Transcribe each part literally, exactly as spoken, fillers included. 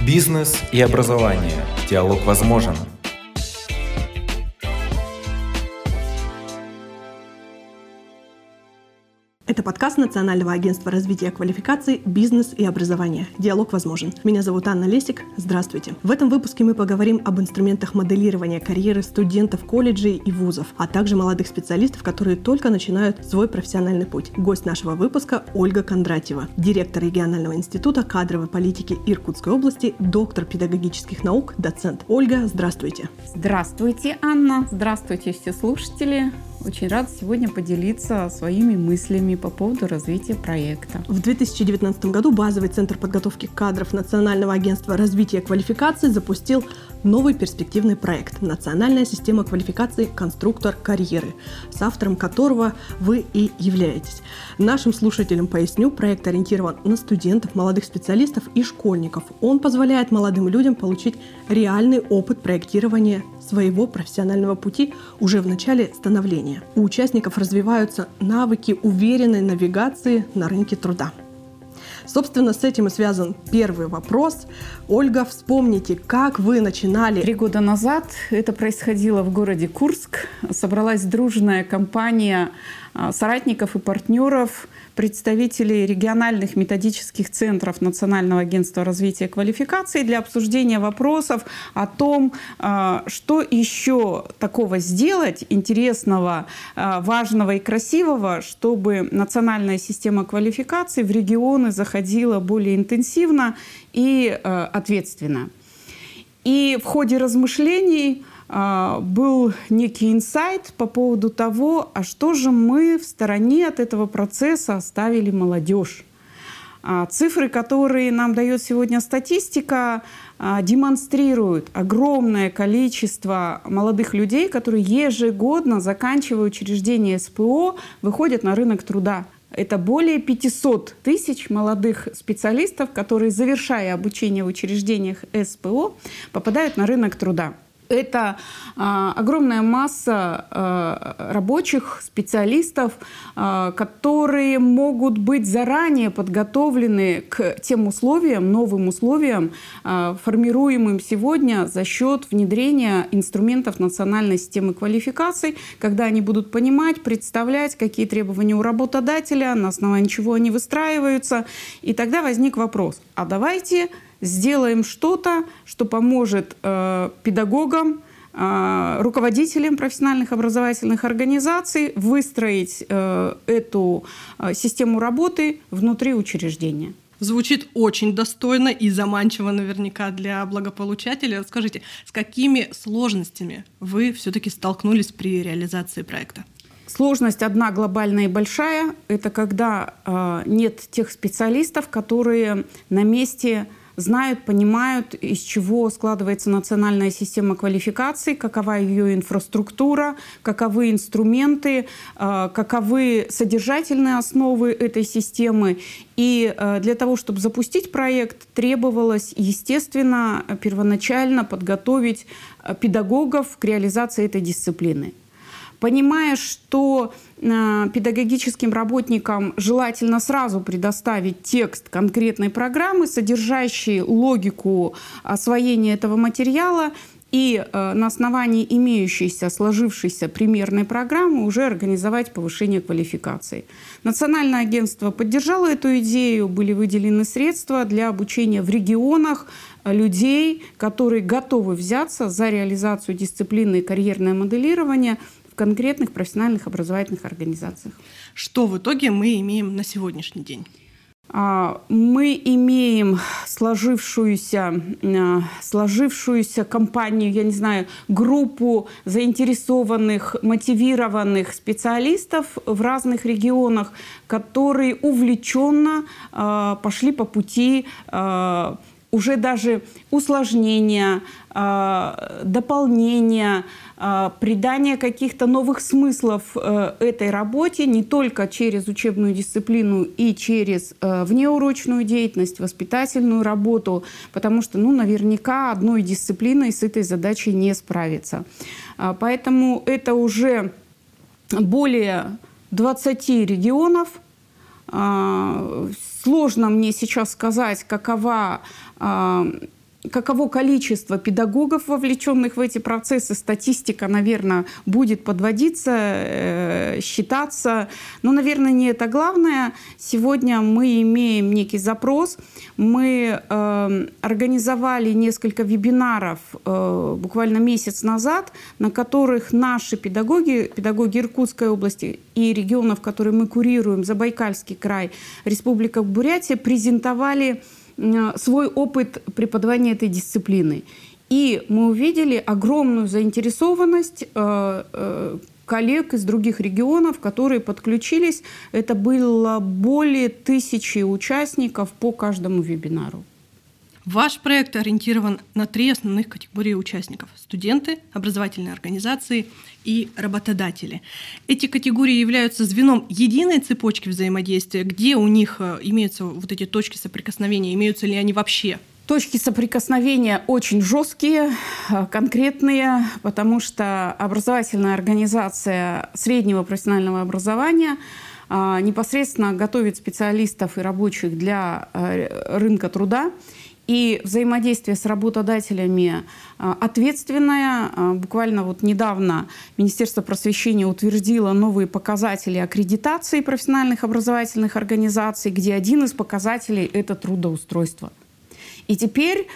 Бизнес и образование. Диалог возможен. Это подкаст Национального агентства развития квалификаций «Бизнес и образование. Диалог возможен». Меня зовут Анна Лесик. Здравствуйте. В этом выпуске мы поговорим об инструментах моделирования карьеры студентов колледжей и вузов, а также молодых специалистов, которые только начинают свой профессиональный путь. Гость нашего выпуска – Ольга Кондратьева, директор регионального института кадровой политики Иркутской области, доктор педагогических наук, доцент. Ольга, здравствуйте. Здравствуйте, Анна. Здравствуйте, все слушатели. Очень рада сегодня поделиться своими мыслями по поводу развития проекта. В две тысячи девятнадцатом году базовый центр подготовки кадров Национального агентства развития квалификаций запустил новый перспективный проект «Национальная система квалификаций «Конструктор карьеры», с автором которого вы и являетесь. Нашим слушателям поясню, проект ориентирован на студентов, молодых специалистов и школьников. Он позволяет молодым людям получить реальный опыт проектирования своего профессионального пути уже в начале становления. У участников развиваются навыки уверенной навигации на рынке труда. Собственно, с этим и связан первый вопрос. Ольга, вспомните, как вы начинали? Три года назад это происходило в городе Курск. Собралась дружная компания соратников и партнеров, представителей региональных методических центров Национального агентства развития квалификаций для обсуждения вопросов о том, что еще такого сделать интересного, важного и красивого, чтобы национальная система квалификаций в регионы заходила более интенсивно и ответственно. И в ходе размышлений был некий инсайт по поводу того, а что же мы в стороне от этого процесса оставили молодежь. Цифры, которые нам дает сегодня статистика, демонстрируют огромное количество молодых людей, которые ежегодно, заканчивая учреждение эс пэ о, выходят на рынок труда. Это более пятьсот тысяч молодых специалистов, которые, завершая обучение в учреждениях эс пэ о, попадают на рынок труда. Это а, огромная масса а, рабочих специалистов, а, которые могут быть заранее подготовлены к тем условиям, новым условиям, а, формируемым сегодня за счет внедрения инструментов национальной системы квалификаций, когда они будут понимать, представлять, какие требования у работодателя, на основании чего они выстраиваются. И тогда возник вопрос: а давайте сделаем что-то, что поможет э, педагогам, э, руководителям профессиональных образовательных организаций выстроить э, эту э, систему работы внутри учреждения. Звучит очень достойно и заманчиво наверняка для благополучателя. Скажите, с какими сложностями вы все-таки столкнулись при реализации проекта? Сложность одна глобальная и большая. Это когда э, нет тех специалистов, которые на месте знают, понимают, из чего складывается национальная система квалификаций, какова ее инфраструктура, каковы инструменты, каковы содержательные основы этой системы. И для того, чтобы запустить проект, требовалось, естественно, первоначально подготовить педагогов к реализации этой дисциплины. Понимая, что э, педагогическим работникам желательно сразу предоставить текст конкретной программы, содержащий логику освоения этого материала, и э, на основании имеющейся, сложившейся примерной программы уже организовать повышение квалификации. Национальное агентство поддержало эту идею, были выделены средства для обучения в регионах людей, которые готовы взяться за реализацию дисциплины карьерное моделирование в конкретных профессиональных образовательных организациях. Что в итоге мы имеем на сегодняшний день? Мы имеем сложившуюся, сложившуюся компанию, я не знаю, группу заинтересованных, мотивированных специалистов в разных регионах, которые увлеченно пошли по пути уже даже усложнения, дополнения, придание каких-то новых смыслов этой работе не только через учебную дисциплину и через внеурочную деятельность, воспитательную работу, потому что, ну, наверняка одной дисциплиной с этой задачей не справиться. Поэтому это уже более двадцати регионов. Сложно мне сейчас сказать, какова каково количество педагогов, вовлеченных в эти процессы, статистика, наверное, будет подводиться, считаться. Но, наверное, не это главное. Сегодня мы имеем некий запрос. Мы э, организовали несколько вебинаров э, буквально месяц назад, на которых наши педагоги, педагоги Иркутской области и регионов, которые мы курируем, Забайкальский край, Республика Бурятия, презентовали свой опыт преподавания этой дисциплины. И мы увидели огромную заинтересованность э, э, коллег из других регионов, которые подключились. Это было более тысячи участников по каждому вебинару. Ваш проект ориентирован на три основных категории участников – студенты, образовательные организации и работодатели. Эти категории являются звеном единой цепочки взаимодействия, где у них имеются вот эти точки соприкосновения, имеются ли они вообще? Точки соприкосновения очень жесткие, конкретные, потому что образовательная организация среднего профессионального образования непосредственно готовит специалистов и рабочих для рынка труда. И взаимодействие с работодателями ответственное. Буквально вот недавно Министерство просвещения утвердило новые показатели аккредитации профессиональных образовательных организаций, где один из показателей – это трудоустройство. И теперь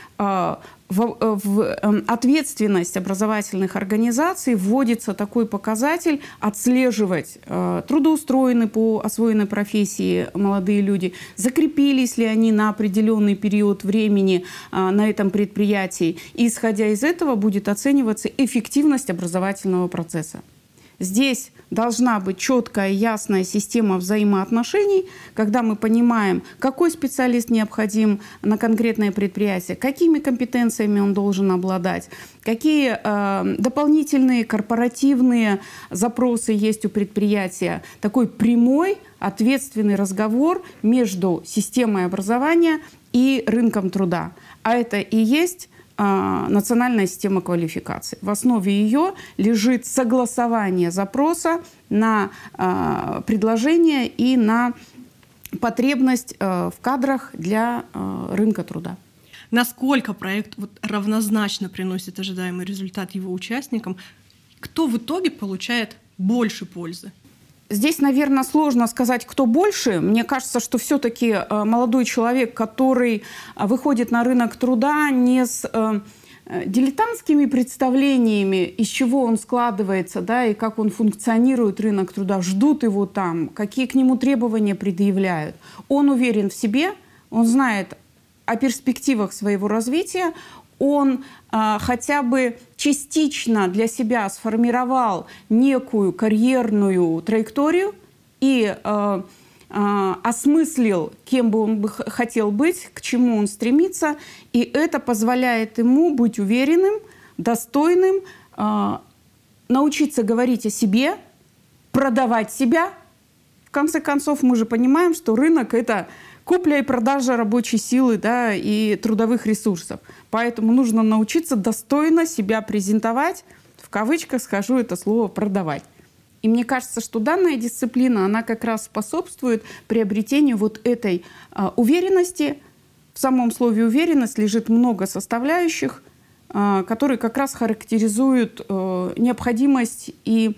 в, в ответственность образовательных организаций вводится такой показатель отслеживать, трудоустроены по освоенной профессии молодые люди, закрепились ли они на определенный период времени на этом предприятии. И, исходя из этого, будет оцениваться эффективность образовательного процесса. Здесь должна быть четкая, ясная система взаимоотношений, когда мы понимаем, какой специалист необходим на конкретное предприятие, какими компетенциями он должен обладать, какие э, дополнительные корпоративные запросы есть у предприятия. Такой прямой, ответственный разговор между системой образования и рынком труда. А это и есть национальная система квалификации. В основе ее лежит согласование запроса на э, предложение и на потребность э, в кадрах для э, рынка труда. Насколько проект вот равнозначно приносит ожидаемый результат его участникам? Кто в итоге получает больше пользы? Здесь, наверное, сложно сказать, кто больше. Мне кажется, что все-таки молодой человек, который выходит на рынок труда не с дилетантскими представлениями, из чего он складывается, да, и как он функционирует, рынок труда, ждут его там, какие к нему требования предъявляют. Он уверен в себе, он знает о перспективах своего развития, он э, хотя бы частично для себя сформировал некую карьерную траекторию и э, э, осмыслил, кем бы он бы хотел быть, к чему он стремится. И это позволяет ему быть уверенным, достойным, э, научиться говорить о себе, продавать себя. В конце концов, мы же понимаем, что рынок – это купля и продажа рабочей силы, да, и трудовых ресурсов. Поэтому нужно научиться достойно себя презентовать, в кавычках скажу это слово «продавать». И мне кажется, что данная дисциплина, она как раз способствует приобретению вот этой а, уверенности. В самом слове «уверенность» лежит много составляющих, а, которые как раз характеризуют а, необходимость и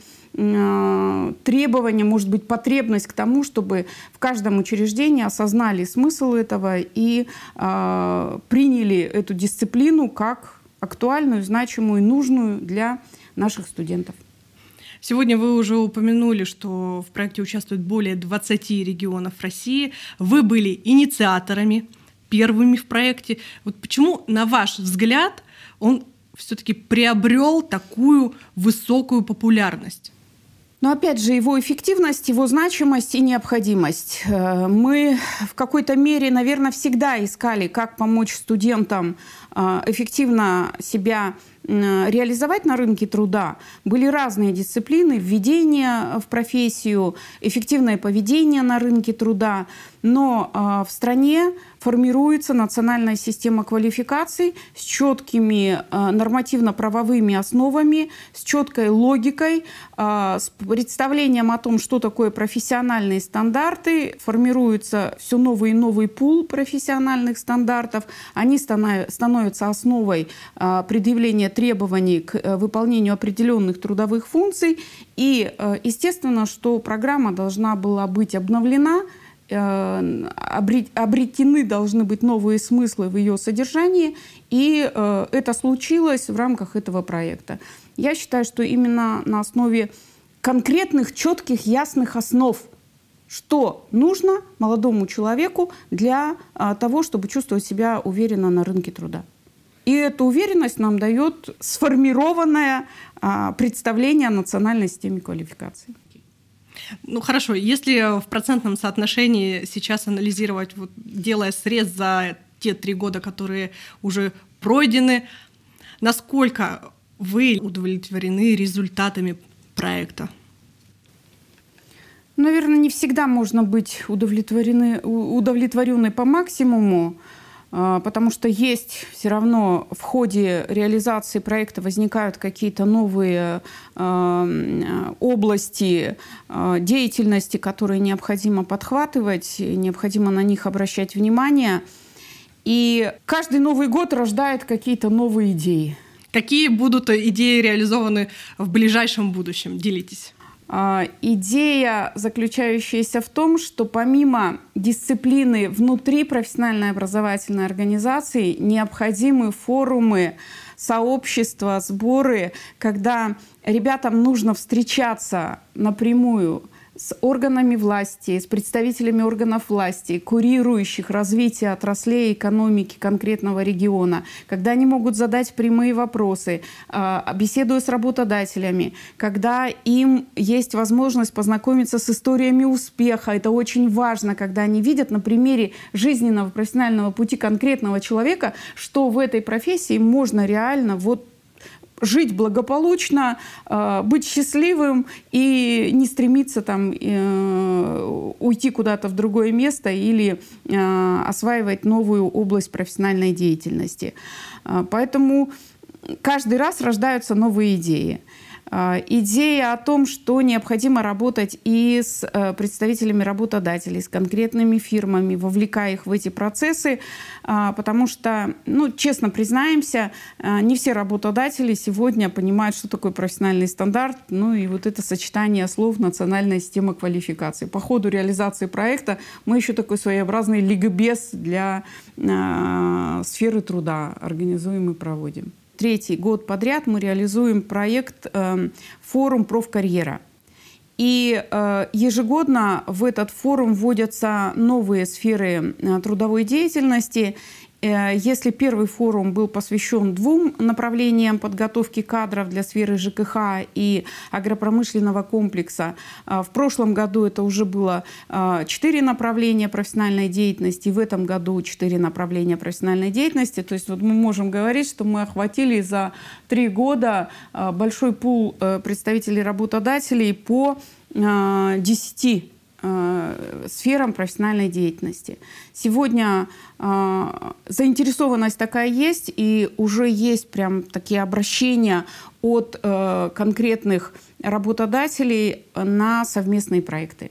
требование, может быть, потребность к тому, чтобы в каждом учреждении осознали смысл этого и э, приняли эту дисциплину как актуальную, значимую, нужную для наших студентов. Сегодня вы уже упомянули, что в проекте участвуют более двадцати регионов России. Вы были инициаторами, первыми в проекте. Вот почему, на ваш взгляд, он все-таки приобрел такую высокую популярность? Но опять же, его эффективность, его значимость и необходимость. Мы в какой-то мере, наверное, всегда искали, как помочь студентам эффективно себя реализовать на рынке труда. Были разные дисциплины: введение в профессию, эффективное поведение на рынке труда. Но в стране формируется национальная система квалификаций с четкими нормативно-правовыми основами, с четкой логикой, с представлением о том, что такое профессиональные стандарты. Формируется все новый и новый пул профессиональных стандартов. Они становятся основой предъявления требований к выполнению определенных трудовых функций. И, естественно, что программа должна была быть обновлена, обретены должны быть новые смыслы в ее содержании, и это случилось в рамках этого проекта. Я считаю, что именно на основе конкретных, четких, ясных основ, что нужно молодому человеку для того, чтобы чувствовать себя уверенно на рынке труда. И эту уверенность нам дает сформированное представление о национальной системе квалификации. Ну хорошо, если в процентном соотношении сейчас анализировать, вот, делая срез за те три года, которые уже пройдены, насколько вы удовлетворены результатами проекта? Наверное, не всегда можно быть удовлетворены, удовлетворенной по максимуму, потому что есть все равно в ходе реализации проекта возникают какие-то новые э, области э, деятельности, которые необходимо подхватывать, необходимо на них обращать внимание. И каждый Новый год рождает какие-то новые идеи. Какие будут идеи реализованы в ближайшем будущем? Делитесь. Идея, заключающаяся в том, что помимо дисциплины внутри профессиональной образовательной организации необходимы форумы, сообщества, сборы, когда ребятам нужно встречаться напрямую с органами власти, с представителями органов власти, курирующих развитие отраслей экономики конкретного региона, когда они могут задать прямые вопросы, беседуя с работодателями, когда им есть возможность познакомиться с историями успеха. Это очень важно, когда они видят на примере жизненного профессионального пути конкретного человека, что в этой профессии можно реально вот жить благополучно, быть счастливым и не стремиться там уйти куда-то в другое место или осваивать новую область профессиональной деятельности. Поэтому каждый раз рождаются новые идеи. Идея о том, что необходимо работать и с представителями работодателей, с конкретными фирмами, вовлекая их в эти процессы, потому что, ну, честно признаемся, не все работодатели сегодня понимают, что такое профессиональный стандарт, ну и вот это сочетание слов «национальная система квалификации». По ходу реализации проекта мы еще такой своеобразный ликбез для э, сферы труда организуем и проводим. Третий год подряд мы реализуем проект э, «Форум профкарьера». И э, ежегодно в этот форум вводятся новые сферы э, трудовой деятельности. Э, если первый форум был посвящен двум направлениям подготовки кадров для сферы ЖКХ и агропромышленного комплекса, э, в прошлом году это уже было э, четыре направления профессиональной деятельности, в этом году четыре направления профессиональной деятельности. То есть вот мы можем говорить, что мы охватили за три года э, большой пул э, представителей работодателей по э, десяти сферам профессиональной деятельности. Сегодня э, заинтересованность такая есть, и уже есть прям такие обращения от э, конкретных работодателей на совместные проекты.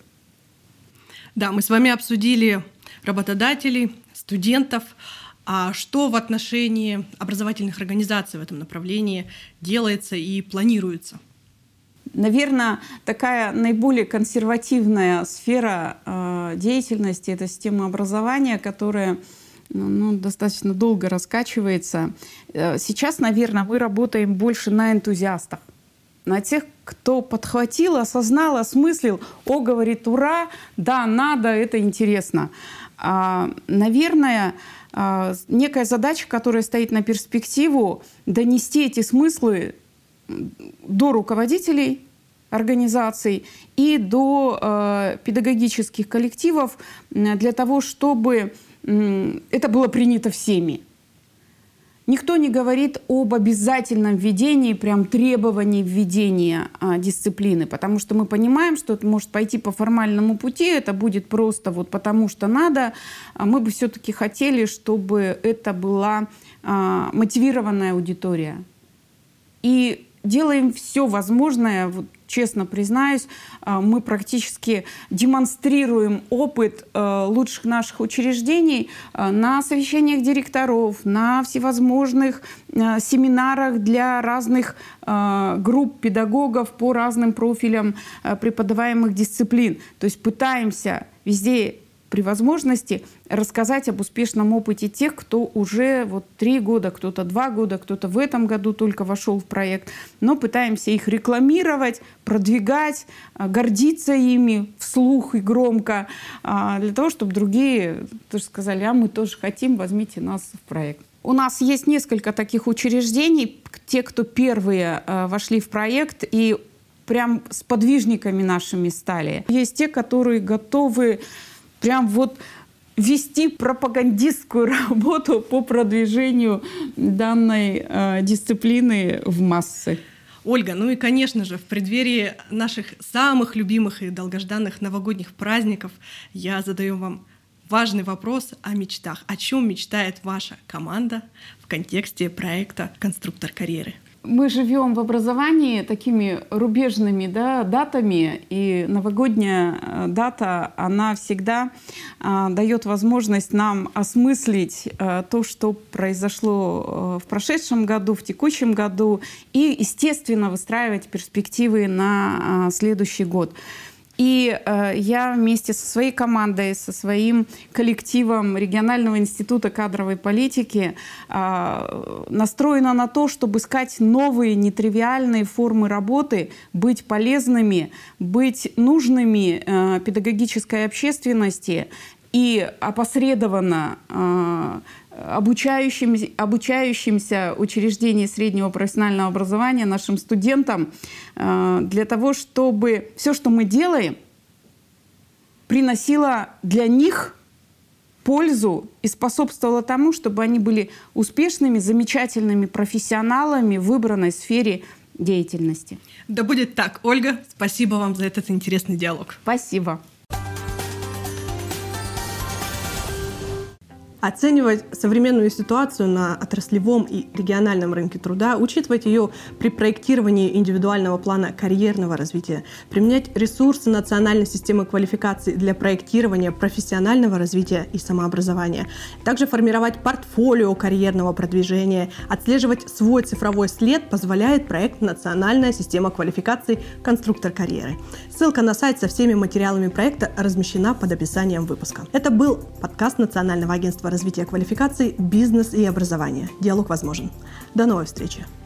Да, мы с вами обсудили работодателей, студентов. А что в отношении образовательных организаций в этом направлении делается и планируется? Наверное, такая наиболее консервативная сфера э, деятельности — это система образования, которая ну, достаточно долго раскачивается. Сейчас, наверное, мы работаем больше на энтузиастах, на тех, кто подхватил, осознал, осмыслил, о, говорит, ура, да, надо, это интересно. А, наверное, а, некая задача, которая стоит на перспективу, донести эти смыслы до руководителей организаций и до э, педагогических коллективов для того, чтобы э, это было принято всеми. Никто не говорит об обязательном введении, прям требований введения а, дисциплины, потому что мы понимаем, что это может пойти по формальному пути, это будет просто вот потому что надо. А мы бы все-таки хотели, чтобы это была а, мотивированная аудитория. И делаем все возможное, вот, честно признаюсь, мы практически демонстрируем опыт лучших наших учреждений на совещаниях директоров, на всевозможных семинарах для разных групп педагогов по разным профилям преподаваемых дисциплин. То есть пытаемся везде при возможности рассказать об успешном опыте тех, кто уже вот три года, кто-то два года, кто-то в этом году только вошел в проект. Но пытаемся их рекламировать, продвигать, гордиться ими вслух и громко, для того, чтобы другие тоже сказали: а мы тоже хотим, возьмите нас в проект. У нас есть несколько таких учреждений, те, кто первые вошли в проект и прям сподвижниками нашими стали. Есть те, которые готовы прям вот вести пропагандистскую работу по продвижению данной э, дисциплины в массы. Ольга, ну и, конечно же, в преддверии наших самых любимых и долгожданных новогодних праздников я задаю вам важный вопрос о мечтах. О чем мечтает ваша команда в контексте проекта «Конструктор карьеры»? Мы живем в образовании такими рубежными, да, датами, и новогодняя дата, она всегда э, дает возможность нам осмыслить э, то, что произошло в прошедшем году, в текущем году, и, естественно, выстраивать перспективы на э, следующий год. И э, я вместе со своей командой, со своим коллективом Регионального института кадровой политики э, настроена на то, чтобы искать новые нетривиальные формы работы, быть полезными, быть нужными э, педагогической общественности и опосредованно э, обучающимся, обучающимся учреждений среднего профессионального образования, нашим студентам, для того, чтобы все, что мы делаем, приносило для них пользу и способствовало тому, чтобы они были успешными, замечательными профессионалами в выбранной сфере деятельности. Да будет так. Ольга, спасибо вам за этот интересный диалог. Спасибо. Оценивать современную ситуацию на отраслевом и региональном рынке труда, учитывать ее при проектировании индивидуального плана карьерного развития, применять ресурсы национальной системы квалификации для проектирования профессионального развития и самообразования, также формировать портфолио карьерного продвижения, отслеживать свой цифровой след позволяет проект «Национальная система квалификации «Конструктор карьеры». Ссылка на сайт со всеми материалами проекта размещена под описанием выпуска. Это был подкаст Национального агентства развития квалификаций, бизнес и образования. Диалог возможен. До новой встречи.